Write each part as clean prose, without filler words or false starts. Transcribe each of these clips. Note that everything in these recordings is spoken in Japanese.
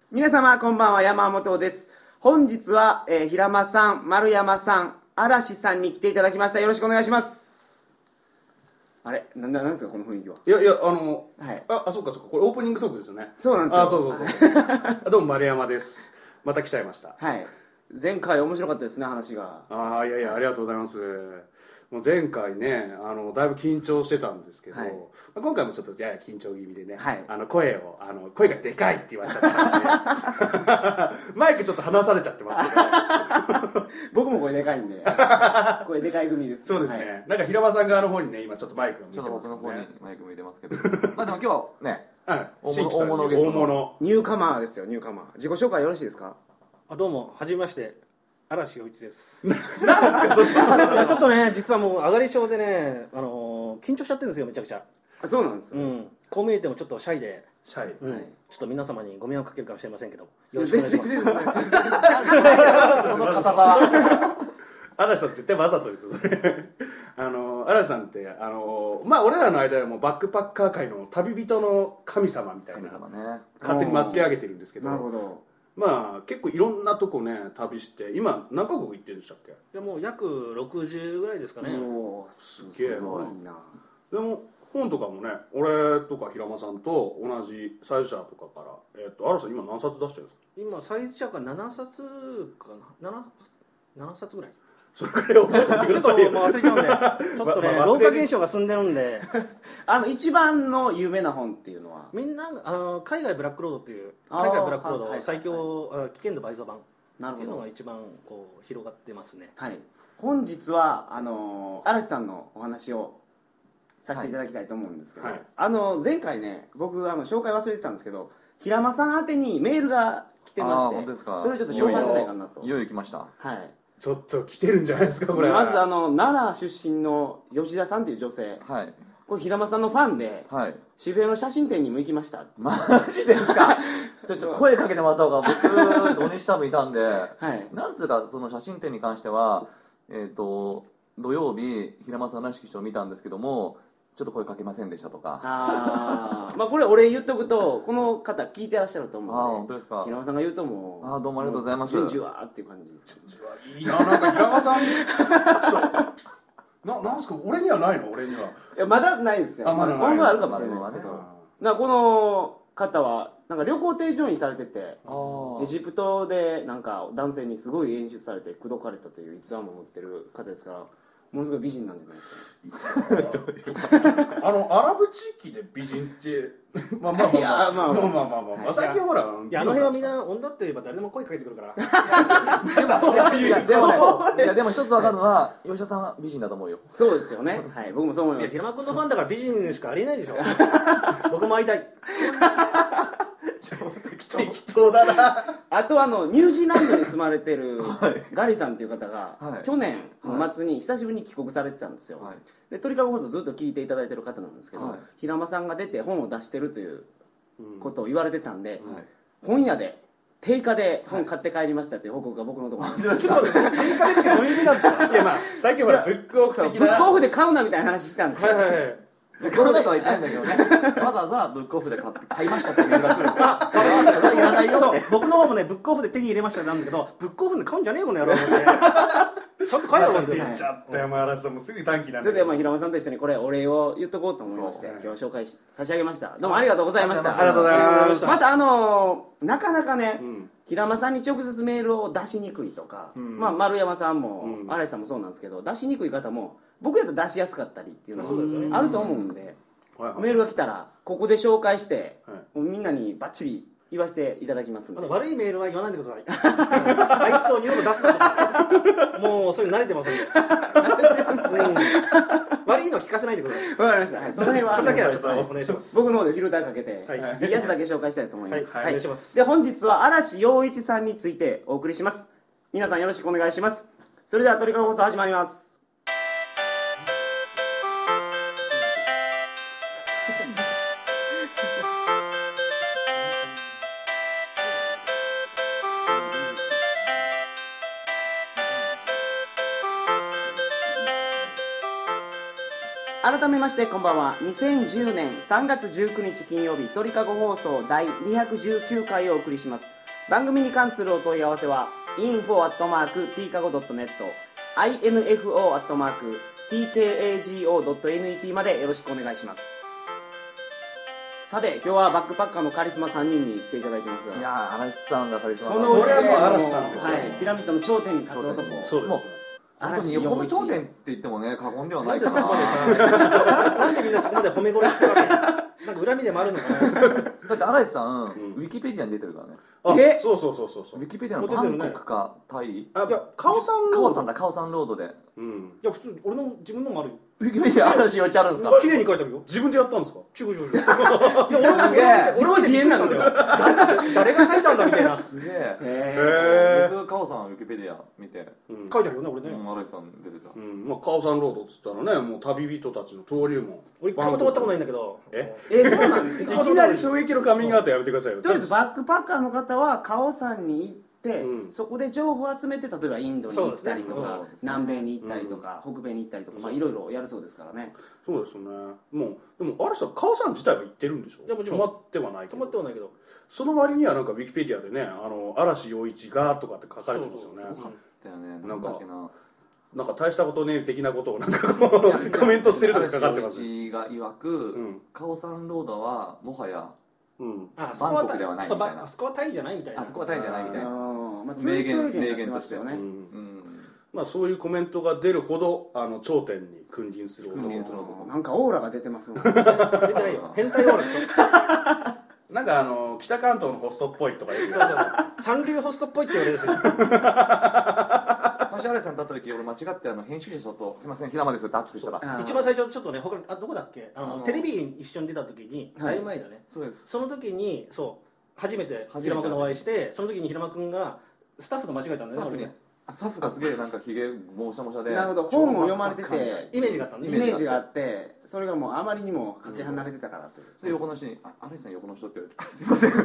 皆様こんばんは、山本です。本日は、平間さん、丸山さん、嵐さんに来ていただきました。よろしくお願いします。あれなんですかこの雰囲気は。 いやはい、 そうかこれオープニングトークですよね。 そうなんですよ。 そうどうも丸山です。また来ちゃいました。 はい、前回面白かったですね、話が。 いやありがとうございます。もう前回ねだいぶ緊張してたんですけど、 はい、 今回もちょっとやや緊張気味でね、 はい、 声がでかいって言われちゃったんでマイクちょっと離されちゃってますけど僕も声でかいんで声でかい組です。 そうですね、はい、なんか平間さん側の方にね今ちょっとマイクが向いてますね。 ちょっと僕の方にマイク向いてますけどまあでも今日はね、 はい、 大物ゲストのニューカマーですよ。ニューカマー、自己紹介よろしいですか？ どうもはじめまして、嵐陽一です。 何ですかそれいやちょっとね、実はもう上がり症でね、緊張しちゃってるんですよ、めちゃくちゃ。 そうなんです、 こう見えてもちょっとシャイで、 シャイ、 はい、 ちょっと皆様にご迷惑かけるかもしれませんけど、よろしくお願いします。 その硬さ嵐さん絶対わざとですよそれ嵐さんってまあ俺らの間でもバックパッカー界の旅人の神様みたいな、 ね、 勝手に祭り上げてるんですけど、 なるほど。 まあ結構いろんなとこね旅して今何カ国行ってるんでしたっけ？ いやもう約60ぐらいですかね。 おー、すげえごいな。 でも本とかもね、俺とか平間さんと同じサイズ社とかから嵐さん今何冊出してるんですか？ 今サイズ社から7冊かな、7冊ぐらい。 それくらい覚えててくちょっとださいよもう忘れちゃうんでちょっとね、老化現象が進んでるんで一番の有名な本っていうのはみんな海外ブラックロードっていうあー海外ブラックロード、 はいはいはい最強危険度倍増版っていうのなるほど。 が一番こう広がってますね。 はい、本日は嵐さんのお話をさせていただきたいと思うんですけど、 はい、 前回ね僕紹介忘れてたんですけど、平間さん宛てにメールが来てまして、 本当ですか？ それをちょっと紹介せないかなと。 いよいよ来ました。 はい、 ちょっと来てるんじゃないですかこれ。 まず奈良出身の吉田さんという女性、 はい、 これ平間さんのファンで、 はい、 渋谷の写真展にも行きました。 マジですか？それちょっと声かけてもらった方が、僕土日多分いたんで、 はい、 なんつうかその写真展に関しては土曜日平間さんの式を見たんですけども、ちょっと声かけませんでしたとか。 まあこれ俺言っとくとこの方聞いてらっしゃると思うので、 本当ですか？ 平間さんが言うともうどうもありがとうございます。 順次はっていう感じです。 いいな、なんか平間さんなんすか、俺にはないの？俺には。 いやまだないんですよ。 まだない今後あるかもしれないですけど、なんかこの方はなんか旅行添乗員されてて、エジプトでなんか男性にすごい演出されて口説かれたという逸話も持ってる方ですから、ものすごい美人なんじゃないですか。 アラブ地域で美人ってまあ最近ほら、 いや辺はみんな女って言えば誰でも声かけてくるからでも一つ分かるのは吉田さんは美人だと思うよ。 そうですよね。はい、僕もそう思います。 平間君のファンだから美人しかありえないでしょ僕も会いたい。 適当だな。 あとニュージーランドに住まれてるガリさんという方が、去年の末に久しぶりに帰国されてたんですよ。で鳥かご放送ずっと聞いていただいてる方なんですけど、平間さんが出て本を出してるということを言われてたんで、本屋で定価で本買って帰りましたという報告が僕のところに。 定価でってどういう意味なんですか？ いやまあ最近ほらブックオフ的な、 ブックオフで買うなみたいな話してたんですよ。 コロナとは言ってないんだけどね、わざわざブックオフで買いましたっていうメールが来るからそれはいらないよって。 僕の方もねブックオフで手に入れましたなんだけど、ブックオフで買うんじゃねえこの野郎ってちゃんと買えよって言っちゃったよ。嵐さんもすぐ短期なんで。 それで平間さんと一緒にこれお礼を言っとこうと思いまして、今日紹介差し上げました。どうもありがとうございました。 ありがとうございます。 またなかなかね、平間さんに直接メールを出しにくいとか、まあ丸山さんも嵐さんもそうなんですけど、出しにくい方も僕やったら出しやすかったりっていうのがあると思うんで、メールが来たらここで紹介して、もうみんなにバッチリ言わせていただきますんで。 悪いメールは言わないでくださいあいつを二度と出すなとかもうそれ慣れてますんで悪いの聞かせないでください。 わかりました。その辺はそれだけはお願いします。 僕の方でフィルターかけて、いいやつだけ紹介したいと思います。 お願いします。 で本日は嵐陽一さんについてお送りします。皆さんよろしくお願いします。それでは鳥かご放送始まります。 改めましてこんばんは。2010年3月19日金曜日、鳥かご放送第219回をお送りします。番組に関するお問い合わせは info@tkago.net info@tkago.net までよろしくお願いします。さて、今日はバックパッカーのカリスマ3人に来ていただいてますが、 いやー、嵐さんがカリスマ。 それはもう嵐さんですよ、 はい、ピラミッドの頂点に立つ男。 そうです。 本当によほど頂点って言ってもね、過言ではないかな。 なんでみんなそこまで褒め殺しするわけ？なんか恨みでもあるのかな。 だって嵐さん、ウィキペディアに出てるからね。 そう。ウィキペディアの韓国かタイ？ いや、カオさんロードで。 いや普通俺の自分のもあるよ。 ウィキペディア嵐置いてあるんですか？ 綺麗に書いてあるよ。 自分でやったんですか？ 違う。 自己自演なんですよ。 誰が書いたんだみたいな。 すげえ。僕カオさんウィキペディア見て書いてあるよね俺ね。 嵐さん出てた。 まあカオさんロードっつったらね、もう旅人たちの登竜門。 俺一回も止まったことないんだけど。 そうなんですか？ いきなり衝撃のカミングアウトやめてくださいよ。 とりあえずバックパッカーの方はカオさんに行って、そこで情報を集めて、例えばインドに行ったりとか、南米に行ったりとか、北米に行ったりとか、いろいろやるそうですからね。 そうですよね。もうでも嵐さん、カオさん自体は行ってるんでしょ？止まってはないけど。 止まってはないけど、 その割にはなんかウィキペディアでね、嵐陽一がとかって書かれてますよね。 すごかったよね。 なんか大したことね的なことをなんかこうコメントしてるとか書かれてます。 嵐陽一が曰く、カオさんロードはもはやバンコクではないみたいな。 あそこはタイじゃないみたいな。 あそこはタイじゃないみたいな。 名言としてはね。 まあそういうコメントが出るほど頂点に君臨する男。 なんかオーラが出てますもん。 出てないよ。変態オーラでしょ。 なんか北関東のホストっぽいとか言う。 三流ホストっぽいって言われるんですよ。 最初嵐さんだった時俺間違って編集者ちょっとすみません平間ですって熱くしたら一番最初ちょっとね他にどこだっけテレビに一緒に出た時にだいぶ前だね。 そうです。 その時に初めて平間君とお会いして、その時に平間君がスタッフと間違えたんだよね。 スタッフがすげえなんかひげもしゃもしゃで、 なるほど、本を読まれててイメージがあったんで、 イメージがあって、それがもうあまりにもかけ離れてたからという。 それ横の人に「嵐さん横の人」って言われて「すいません」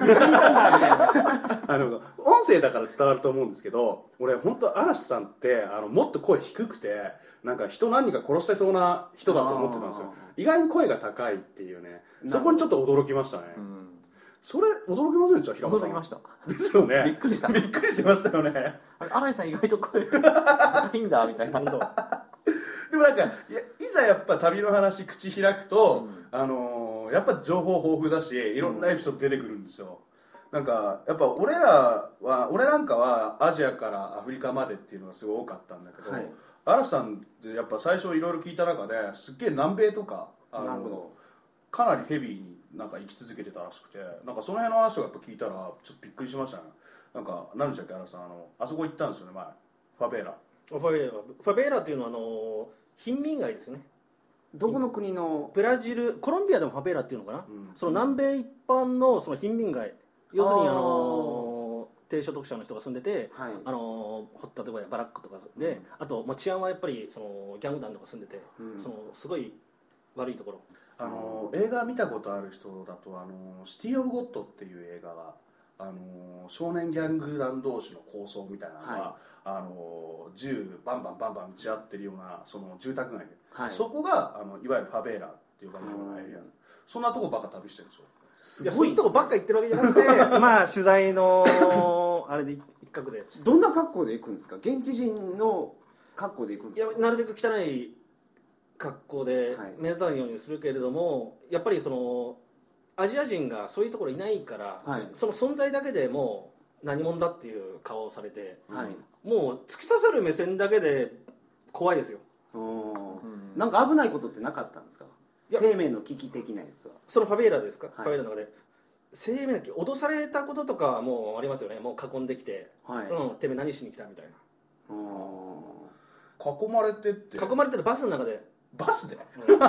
音声だから伝わると思うんですけど、俺本当嵐さんってもっと声低くてなんか人何人か殺してそうな人だと思ってたんですよ。意外に声が高いっていうね、そこにちょっと驚きましたね。それ驚きませんでした？平間さん。 驚きました。 ですよね。 びっくりした。 びっくりしましたよね。 嵐さん意外と声がいいんだみたいな。 でもなんかいざやっぱ旅の話口開くと、やっぱ情報豊富だしいろんなエピソード出てくるんですよ。なんかやっぱ俺なんかはアジアからアフリカまでっていうのがすごい多かったんだけど、嵐さんってやっぱ最初いろいろ聞いた中ですっげえ南米とかかなりヘビーになんか生き続けてたらしくて、なんかその辺の話をやっぱ聞いたらちょっとびっくりしましたね。なんか何でしたっけ、嵐さんあそこ行ったんですよね前、ファベーラっていうのは貧民街ですね。 どこの国の？ ブラジル、コロンビアでもファベーラっていうのかな、その南米一般のその貧民街、要するに低所得者の人が住んでて、例えばバラックとかで、あと治安はやっぱりそのギャング団とか住んでて、そのすごい悪いところ。 映画見たことある人だとシティ・オブ・ゴッドっていう映画が少年ギャング団同士の抗争みたいなのが、銃バンバン撃ち合ってるようなその住宅街で、そこがいわゆるファベーラって呼ばれるようなエリア、そんなとこばっか旅してるんですよ。 そういうとこばっか行ってるわけじゃなくてまあ取材のあれで一角で。 どんな格好で行くんですか？現地人の格好で行くんですか？ いやなるべく汚い格好で目立たないようにするけれども、やっぱりそのアジア人がそういうところいないから、その存在だけでもう何者だっていう顔をされて、もう突き刺さる目線だけで怖いですよ。 なんか危ないことってなかったんですか？生命の危機的なやつは。そのファベーラですか？ファベーラの中で生命の危機、脅されたこととかはもうありますよね。もう囲んできて、てめえ何しに来たみたいな。 囲まれてってバスの中で。 バスで？ い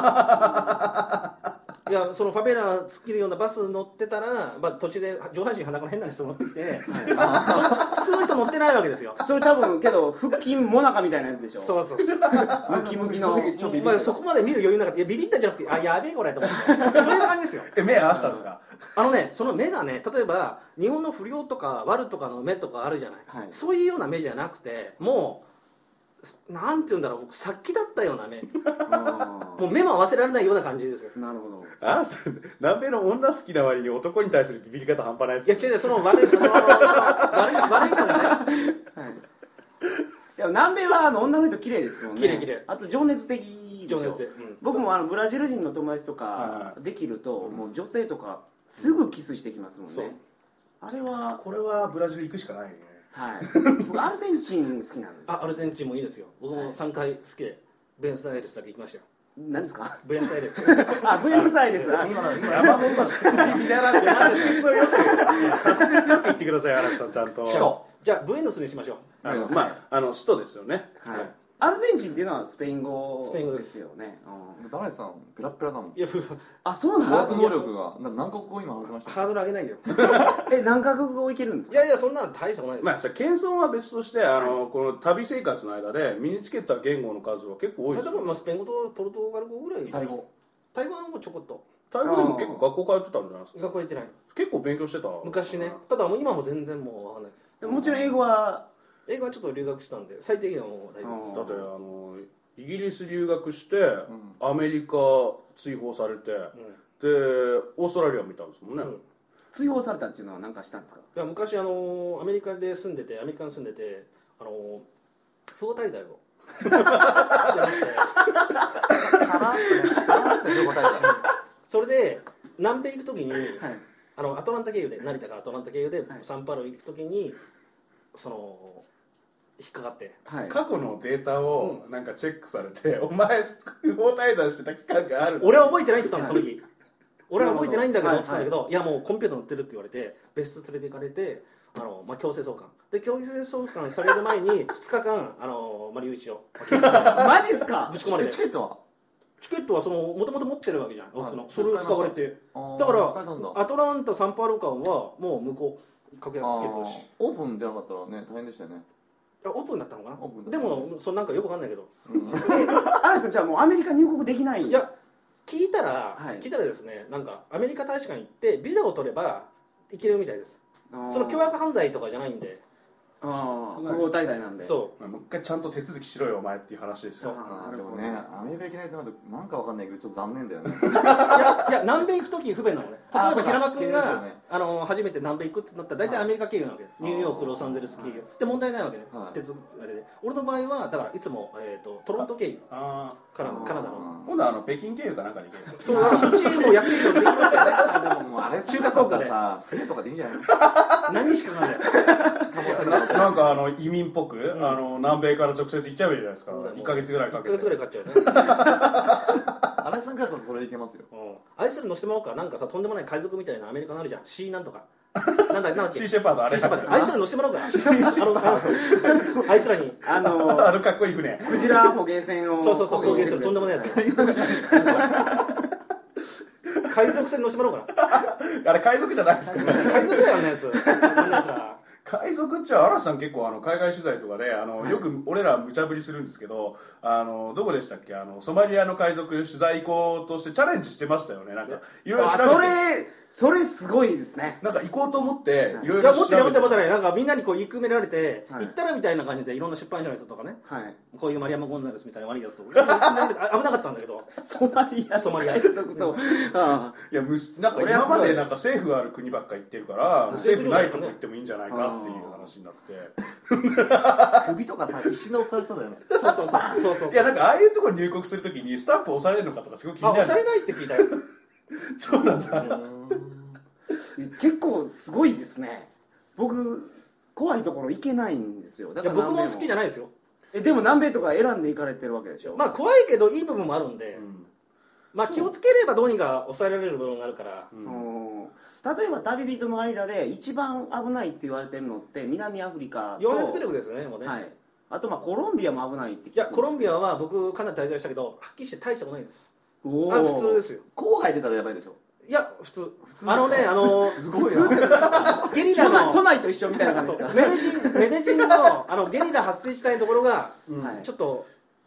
や、そのファベーラ突っ切るようなバス乗ってたら、途中で上半身裸の変な人乗ってきて、普通の人乗ってないわけですよ。 それ多分けど腹筋もなかみたいなやつでしょ。 そうムキムキの。 そこまで見る余裕なかった。いやビビったんじゃなくて、やべえこれと思ってそういう感じですよ。 目合わせたんですか？ その目がね、例えば日本の不良とか悪とかの目とかあるじゃない、そういうような目じゃなくて、もうなんて言うんだろう、僕殺気だったような目もう目も合わせられないような感じですよ。 なるほど。 南米の女好きな割に男に対するビビり方半端ないですよ。 いや違う、その悪い人がね、 いや南米は女の人綺麗ですもんね。 綺麗。 あと情熱的でしょ。僕もブラジル人の友達とかできると、もう女性とかすぐキスしてきますもんね。あれはこれはブラジル行くしかないね。 はい。僕アルゼンチン好きなんですよ。 アルゼンチンもいいですよ。僕も3回好きでブエノスアイレスだけ行きましたよ。 何ですか？ ブエノスアイレス。 ブエノスアイレス。 今山本は見習って滑舌よく言ってください、嵐さん、ちゃんと。 じゃあブエノスにしましょう。 首都ですよね。 アルゼンチンっていうのはスペイン語ですよね。 ダイさんペラペラだもん。 いや、 そうなんですか。 語学能力が何カ国語今話しました？ ハードル上げないでよ。 何カ国語いけるんですか？ いやそんなの大したことないです。 謙遜は別として、この旅生活の間で身につけた言語の数は結構多いですよ。 スペイン語とポルトガル語ぐらい。タイ語はもうちょこっと。 タイ語でも結構学校通ってたんじゃないですか？ 学校行ってない。 結構勉強してた昔ね。ただ今も全然もう分かんないです。 もちろん英語はちょっと留学したんで最低限はもう大丈夫です。 だってイギリス留学してアメリカ追放されて、でオーストラリア見たんですもんね。 追放されたっていうのは何かしたんですか？ いや昔アメリカに住んでて不法滞在をしてましてそれで南米行く時に、アトランタ経由で成田からアトランタ経由でサンパウロ行く時に引っかかって、 過去のデータをなんかチェックされて、お前不法滞在してた期間がある。 俺は覚えてないって言ったの、その時。俺は覚えてないんだけどって言ったんだけど、いやもうコンピューター載ってるって言われて別室連れて行かれて強制送還で、強制送還される前に2日間留置をマジっすか？ ぶち込まれて。 チケットはもともと持ってるわけじゃん、それを使われて。だからアトランタサンパウロ間はもう向こう格安チケットだし。 オープンじゃなかったらね大変でしたよね。 オープンだったのかな。でもなんかよくわかんないけど。 嵐さんじゃあもうアメリカ入国できない？ いや聞いたらですね、なんかアメリカ大使館行ってビザを取れば行けるみたいです。その凶悪犯罪とかじゃないんで。 不法滞在なんで。 そう。 もう一回ちゃんと手続きしろよお前っていう話ですよ。 でもね、アメリカ行けないとなるとなんかわかんないけどちょっと残念だよね。 いや南米行く時不便なのね。例えば平間君が初めて南米行くってなったら大体アメリカ経由なわけ。ニューヨーク、ロサンゼルス経由で問題ないわけね。手続きあれで。俺の場合はだからいつもトロント経由カナダの。 今度は北京経由かなんかに行ける。 そう、そっちも安いのできますよね。 あれ中華とかさ、船とかでいいんじゃないの？ 何しかない。 なんか移民っぽく南米から直接行っちゃうじゃないですか。1ヶ月ぐらいかけて。 1ヶ月ぐらいかかっちゃうね。 新井さんクラスだとそれいけますよ。 あいつら乗せてもらおうか。なんかさ、とんでもない海賊みたいなアメリカのあるじゃん。シーなんとか。なんだっけ。 シーシェパードあれ。 あいつら乗せてもらおうか。あいつらにかっこいい船。 クジラ捕鯨船を。 そう捕鯨するとんでもないやつ。海賊船乗せてもらおうかな。 あれ海賊じゃないですか。 海賊だよねやつ。 海賊っちゃ嵐さん結構海外取材とかでよく俺ら無茶ぶりするんですけど、どこでしたっけ、ソマリアの海賊取材行こうとしてチャレンジしてましたよね。なんかいろいろ調べて。 それすごいですね。 なんか行こうと思っていろいろ調べて。 持ってない。なんかみんなにこう行くめられて、行ったらみたいな感じでいろんな出版社の人とかね、こういうマリアマ・ゴンザレスみたいな悪いやつとか危なかったんだけど。 ソマリア海賊と。 いやなんか今までなんか政府ある国ばっか行ってるから政府ないとこ行ってもいいんじゃないかっていう話になって。 首とかさ一瞬で押されそうだよね。 そう。 いやなんかああいうところに入国するときにスタンプ押されるのかとかすごく気になる。 押されないって聞いたよ。 そうなんだ。 結構すごいですね。僕怖いところ行けないんですよ。だから僕も好きじゃないですよ。 でも南米とか選んで行かれてるわけでしょ。 まあ怖いけどいい部分もあるんで、まあ気をつければどうにか抑えられる部分があるから。 例えば旅人の間で一番危ないって言われてるのって南アフリカとヨハネスベルクですよね。もうね。 あとコロンビアも危ないって聞くんです。 いやコロンビアは僕かなり滞在したけどはっきりして大したことないです。普通ですよ。 郊外出たらやばいでしょ。 いや普通。 すごいゲリラの都内と一緒みたいな感じですか。 メデジンのゲリラ発生地帯のところがちょっと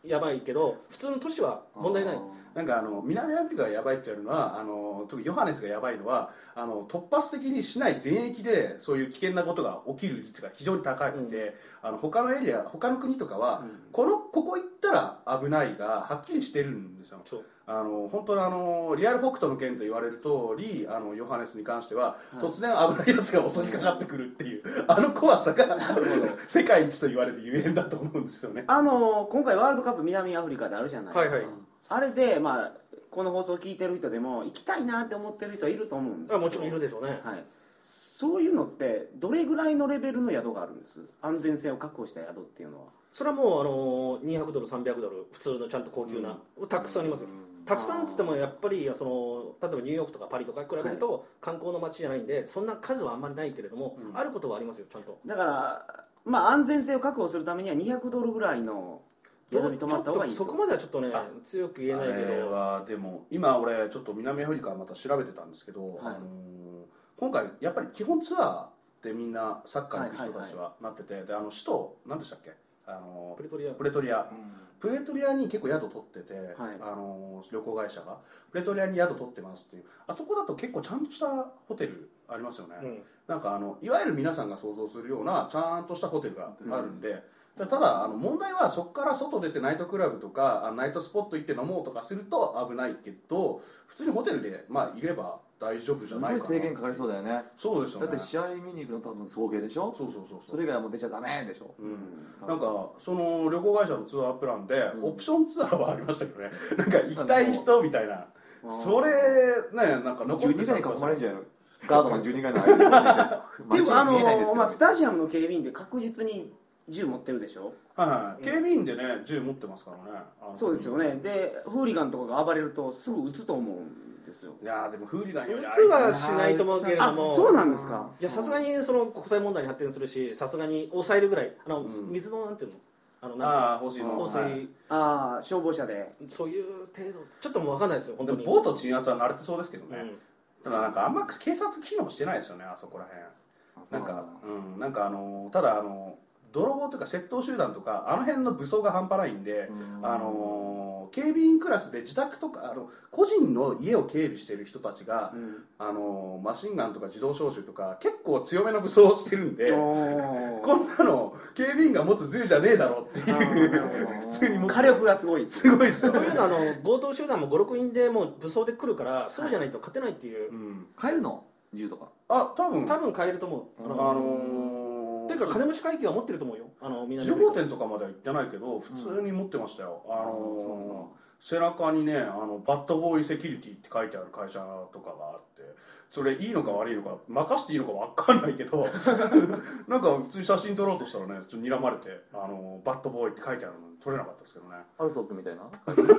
やばいけど普通の都市は問題ない。 なんか南アフリカがやばいっていうのは特にヨハネスがやばいのは突発的に市内全域でそういう危険なことが起きる率が非常に高くて、他のエリア他の国とかは、ここ行ったら危ないがはっきりしてるんですよ。本当にリアル北斗の拳と言われる通りヨハネスに関しては、突然危ないやつが襲いかかってくるっていう怖さが世界一と言われるゆえんだと思うんですよね。 今回ワールドカップ南アフリカであるじゃないですか、あれでこの放送を聞いてる人でも行きたいなって思ってる人はいると思うんですけど、 もちろんいるでしょうね、 そういうのってどれぐらいのレベルの宿があるんです？安全性を確保した宿っていうのは。 それはもう200ドル300ドル普通のちゃんと高級な、たくさんありますよ。たくさんっつってもやっぱり例えばニューヨークとかパリとか比べると観光の街じゃないんでそんな数はあんまりないけれども、あることはありますよちゃんと。 だから安全性を確保するためには200ドルぐらいの宿に泊まった方がいい。 そこまではちょっとね強く言えないけど、 でも今俺ちょっと南アフリカまた調べてたんですけど、今回やっぱり基本ツアーでみんなサッカーに行く人たちはなってて、で首都何でしたっけ、プレトリアに結構宿取ってて、旅行会社がプレトリアに宿取ってますっていう、あそこだと結構ちゃんとしたホテルありますよね、なんかいわゆる皆さんが想像するようなちゃんとしたホテルがあるんで、ただ問題はそこから外出てナイトクラブとかナイトスポット行って飲もうとかすると危ないけど、普通にホテルでいれば大丈夫じゃないかな。 すごい制限かかりそうだよね。 そうですよね。 だって試合見に行くの多分送迎でしょ。それ以外はもう出ちゃダメでしょ。 なんかその旅行会社のツアープランでオプションツアーはありましたけどね、なんか行きたい人みたいな、それね、なんか残って 12階に囲まれるんじゃないの。ガードマン12階の間でもスタジアムの警備員って確実に銃持ってるでしょ。 警備員でね銃持ってますからね。 そうですよね。でフーリガンとかが暴れるとすぐ撃つと思うんですよ。 いやでもフーリガンより撃つはしないと思うけれども。 そうなんですか。 いやさすがにその国際問題に発展するし、さすがに抑えるぐらい水のなんていうの放水の消防車でそういう程度ちょっともう分かんないですよ本当に。 ボート鎮圧は慣れてそうですけどね、ただなんかあんま警察機能してないですよねあそこら辺。なんかただ泥棒とか窃盗集団とかあの辺の武装が半端ないんで、警備員クラスで自宅とか個人の家を警備してる人たちが、マシンガンとか自動小銃とか結構強めの武装をしてるんで、こんなの警備員が持つ銃じゃねえだろっていう普通に火力がすごいですよ。というのは強盗集団も56人でもう武装で来るからそうじゃないと勝てないっていう。 買えるの銃とか。 多分買えると思う。というか金虫階級は持ってると思うよ。 情報店とかまでは行ってないけど普通に持ってましたよ。背中にねバッドボーイセキュリティって書いてある会社とかがあって、それいいのか悪いのか任していいのか分かんないけどなんか普通に写真撮ろうとしたらねちょっと睨まれてバッドボーイって書いてあるのに撮れなかったですけどね。 アルソックみたいな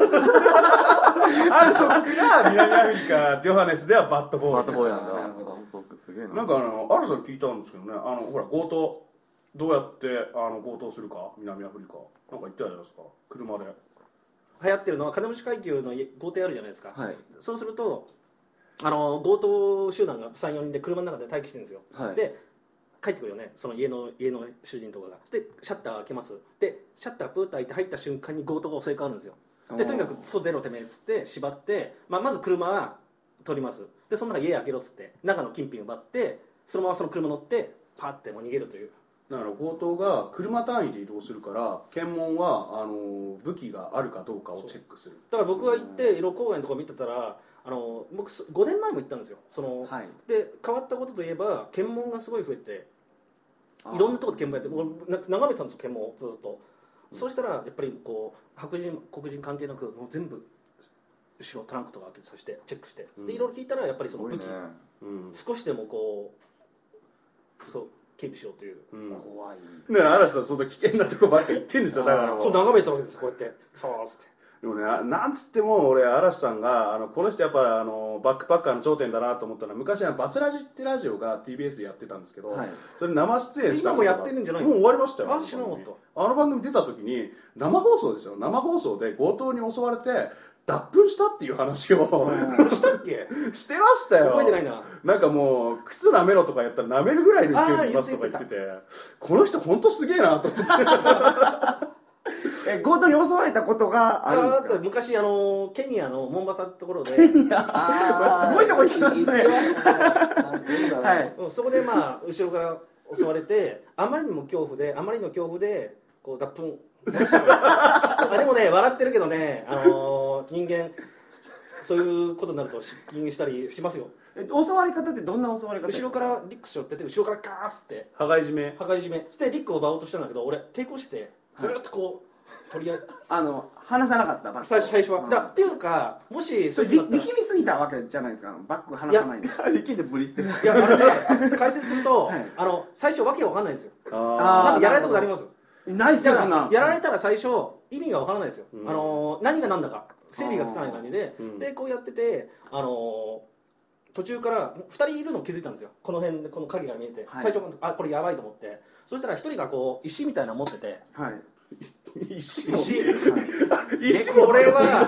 アルソックが南アフリカヨハネスではバッドボーイです。 バッドボーイなんだ。アルソックすげえな。 なんかアルソック聞いたんですけどね、ほら強盗どうやって強盗するか南アフリカなんか言ってたじゃないですか。車で流行ってるのは金虫階級の豪邸あるじゃないですか、そうすると強盗集団が 3,4 人で車の中で待機してるんですよ、で帰ってくるよね、その家の主人とかが。そしてシャッター開けます。でシャッタープーッと開いて入った瞬間に強盗が襲いかかるんですよ。でとにかく外出ろてめえっつって縛って、まず車は取ります。でその中家開けろっつって中の金品奪ってそのままその車乗ってパーってもう逃げるという。 だから強盗が車単位で移動するから検問は武器があるかどうかをチェックする。 だから僕が行って色々郊外のところ見てたら僕5年前も行ったんですよ。で変わったことといえば検問がすごい増えていろんなところで検問やって眺めてたんですよ検問をずっと。そうしたらやっぱりこう白人黒人関係なくもう全部後ろトランクとか開けてさしてチェックして、でいろいろ聞いたらやっぱりその武器、少しでもこうちょっと警備しようという、 怖いね。嵐さんそんな危険なとこばっか行ってんですよ。だからそう眺めてたわけですよこうやってファーッて。 でもね、なんつっても俺嵐さんがこの人やっぱバックパッカーの頂点だなと思ったのは、昔バツラジってラジオが TBS でやってたんですけど、それ生出演した今もやってるんじゃないの？ もう終わりましたよ。 知らなかった。 あの番組出た時に生放送ですよ。生放送で強盗に襲われて脱糞したっていう話をしたっけ？ してましたよ。 覚えてないな。 なんかもう靴舐めろとかやったら舐めるぐらいの勢いでますとか言ってて、この人本当すげえなと思って強盗に襲われたことがあるんですか？ 昔ケニアのモンバサってところで、 ケニアすごいとこ行きますね。 そこでまあ後ろから襲われて、あまりにも恐怖でこう脱粉でもね笑ってるけどね、人間そういうことになると失禁したりしますよ。 襲われ方ってどんな襲われ方？ 後ろからリックしよってて、後ろからガーッつって羽交い締めそしてリックを奪おうとしたんだけど、俺抵抗してずっとこう取り合い離さなかったバッグ最初はっていうか、もしそれ力みすぎたわけじゃないですか？バッグ離さないんですか？ 力んでブリって。 いやあれね解説すると、最初わけわかんないんですよ。なんかやられたことあります？ ないっすよそんな。 やられたら最初意味がわからないですよ。何が何だか整理がつかない感じで、でこうやってて途中から2人いるの気づいたんですよ。この辺でこの影が見えて、最初これやばいと思って、そしたら1人がこう石みたいなの持ってて、石これは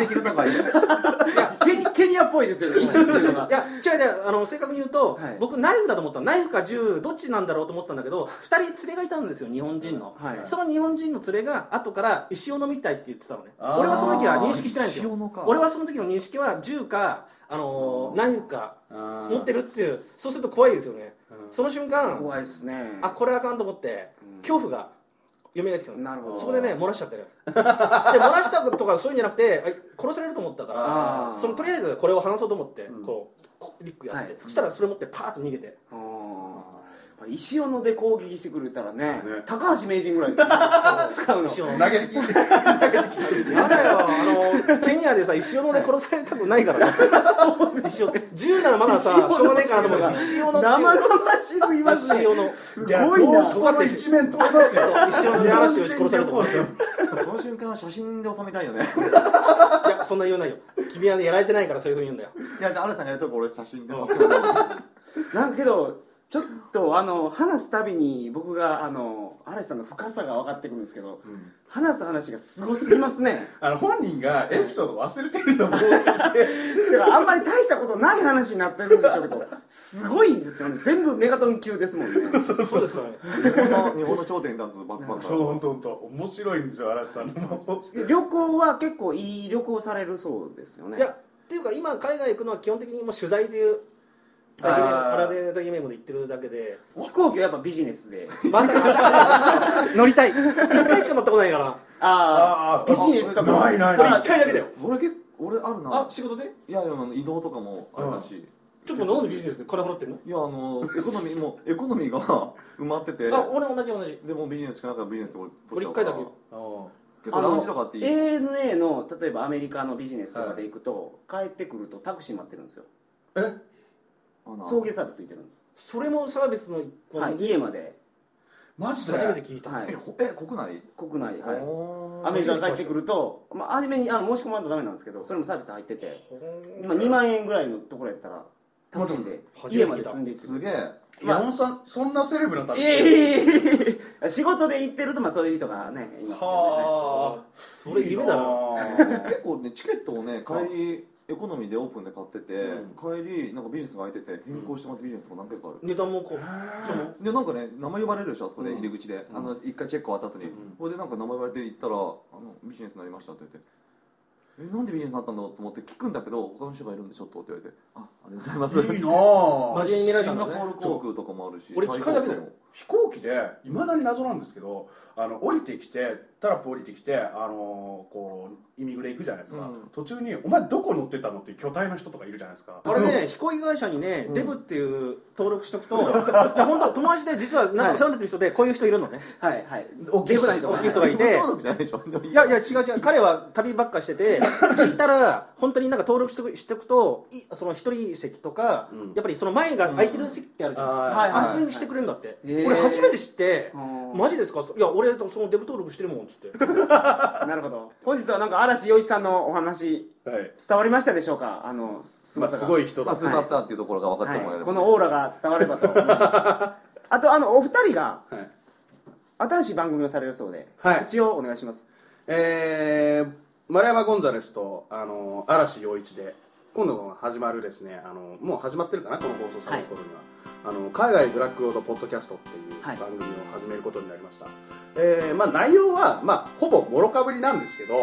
ケニアっぽいですよね。石っていうのが。 いや違う正確に言うと、僕ナイフだと思ったの。ナイフか銃どっちなんだろうと思ってたんだけど、2人連れがいたんですよ、日本人の。その日本人の連れが後から石を飲みたいって言ってたのね。俺はその時は認識してないんですよ。俺はその時の認識は銃かナイフか持ってるっていう。そうすると怖いですよね。その瞬間怖いですね。 これあかんと思って恐怖が蘇ってきたの。 なるほど。 そこでね漏らしちゃってる。で漏らしたとかそういうんじゃなくて、殺されると思ったから、とりあえずこれを離そうと思ってこうリックやって、そしたらそれ持ってパーッと逃げて。 石斧で攻撃してくれたらね、高橋名人ぐらいです使うの。 投げてきてやだよ、ケニアでさ石斧で殺されたくないからね。銃ならまださしょうがないかなと思うから、石斧って生々しすぎますね。 すごいな。そこの一面通りますよ。 石斧で嵐を殺されると思う。 この瞬間は写真で収めたいよね。 いやそんな言わないよ。君はねやられてないからそういうふうに言うんだよ。 いやじゃあ嵐さんがやるとこ俺写真で。 なんかけどちょっと話すたびに僕が嵐さんの深さが分かってくるんですけど、話す話がすごすぎますね。 本人がエピソード忘れてるのもだからあんまり大したことない話になってるんでしょうけど、すごいですよね。全部メガトン級ですもんね。 そうですからね。 日本の頂点に立つバックパッカー。 そう本当面白いんですよ嵐さんの。 旅行は結構いい旅行されるそうですよね。 いやっていうか今海外行くのは基本的にもう取材というパラデ大名簿で行ってるだけで、 飛行機はやっぱビジネスでまさか乗りたい。1回しか乗ったことないから。 ビジネスとかないそれ1回だけだよ。 俺あるな。 仕事で？ いや移動とかもあるし。 ちょっとなんでビジネスで金払ってるの？いやエコノミーが埋まってて。 俺同じ。 でもビジネスしかなかったらビジネスで俺1回だけ。 結構ラウンジとかっていい。 ANA の例えばアメリカのビジネスとかで行くと、帰ってくるとタクシー待ってるんですよ。送迎サービスついてるんです。 それもサービスの家まで。 マジで初めて聞いた。 国内アメリカ帰ってくると、初めに申し込まんとダメなんですけど、それもサービス入ってて、今2万円ぐらいのところやったらタクシーで家まで積んでいって。 すげえ。 山本さんそんなセレブな旅仕事で行ってるとそういう人がねいますよね。 それ夢だな。 結構ねチケットをね帰りエコノミーでオープンで買ってて、帰りなんかビジネスが空いてて変更してもらってビジネスとか何回かある。 値段もこうでなんかね名前呼ばれるでしょ、あそこで入り口で一回チェック終わった後に、これでなんか名前呼ばれて行ったらビジネスになりましたって言って、なんでビジネスになったんだろうと思って聞くんだけど、他の人がいるんでちょっとって言われて、ありがとうございます。 いいなぁ。 真面目に見られたシンんだね。 ガポール航空とかもあるし、 俺1回だけだよ。 飛行機でいまだに謎なんですけど、降りてきてタラップ降りてきてこうイミグレ行くじゃないですか、途中に「お前どこ乗ってたの?」っていう巨体の人とかいるじゃないですか。 あれね飛行機会社にね、デブっていう登録しとくと、本当友達で実はなんかお世話になってる人でこういう人いるのね。大きい人がいて、 登録じゃないでしょ。 いや違う彼は旅ばっかしてて、聞いたら本当になんか登録しておくとその一人席とか、やっぱりその前が空いてる席ってあるじゃん、あそこにしてくれるんだって。俺初めて知って、マジですか？いや俺そのデブ登録してるもんっつって。 なるほど。本日はなんか嵐洋一さんのお話、伝わりましたでしょうか？ すごい人だ。 スーパースターっていうところが分かってもらえる。 このオーラが伝わればと思います。あとお二人が新しい番組をされるそうで、一応お願いします。 丸山ゴンザレスと嵐洋一で今度始まるですね、もう始まってるかな、この放送される頃には海外ブラックロードポッドキャストっていう番組を始めることになりました。まあ内容はまあほぼもろかぶりなんですけど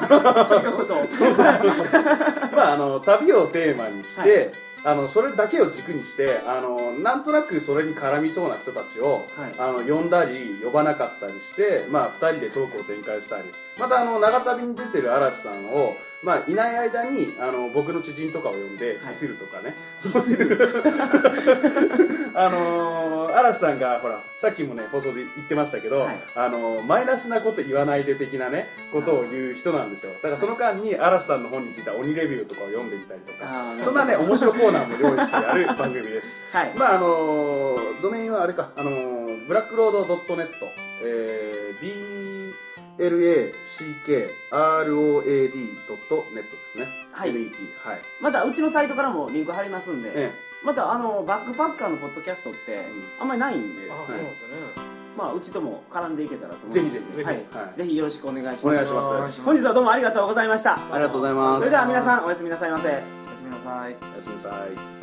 まあ旅をテーマにして、それだけを軸にしてなんとなくそれに絡みそうな人たちを、呼んだり呼ばなかったりして、まあ、2人でトークを展開したり、また長旅に出てる嵐さんを、まあ、いない間に僕の知人とかを呼んでディスるとかね、嵐さんがほらさっきもね放送で言ってましたけど、マイナスなこと言わないで的なねことを言う人なんですよ。だからその間に嵐さんの本についた鬼レビューとかを読んでみたりとか、そんなね面白コーナーも用意してやる番組です。まあドメインはあれかブラックロード .net BLACKROAD.net ですね。 はい。またうちのサイトからもリンク貼りますんで、またバックパッカーのポッドキャストってあんまりないんでですね。まあうちとも絡んでいけたらと思います。ぜひぜひよろしくお願いします。本日はどうもありがとうございました。 ありがとうございます。 それでは皆さんおやすみなさいませ。 おやすみなさい。 おやすみなさい。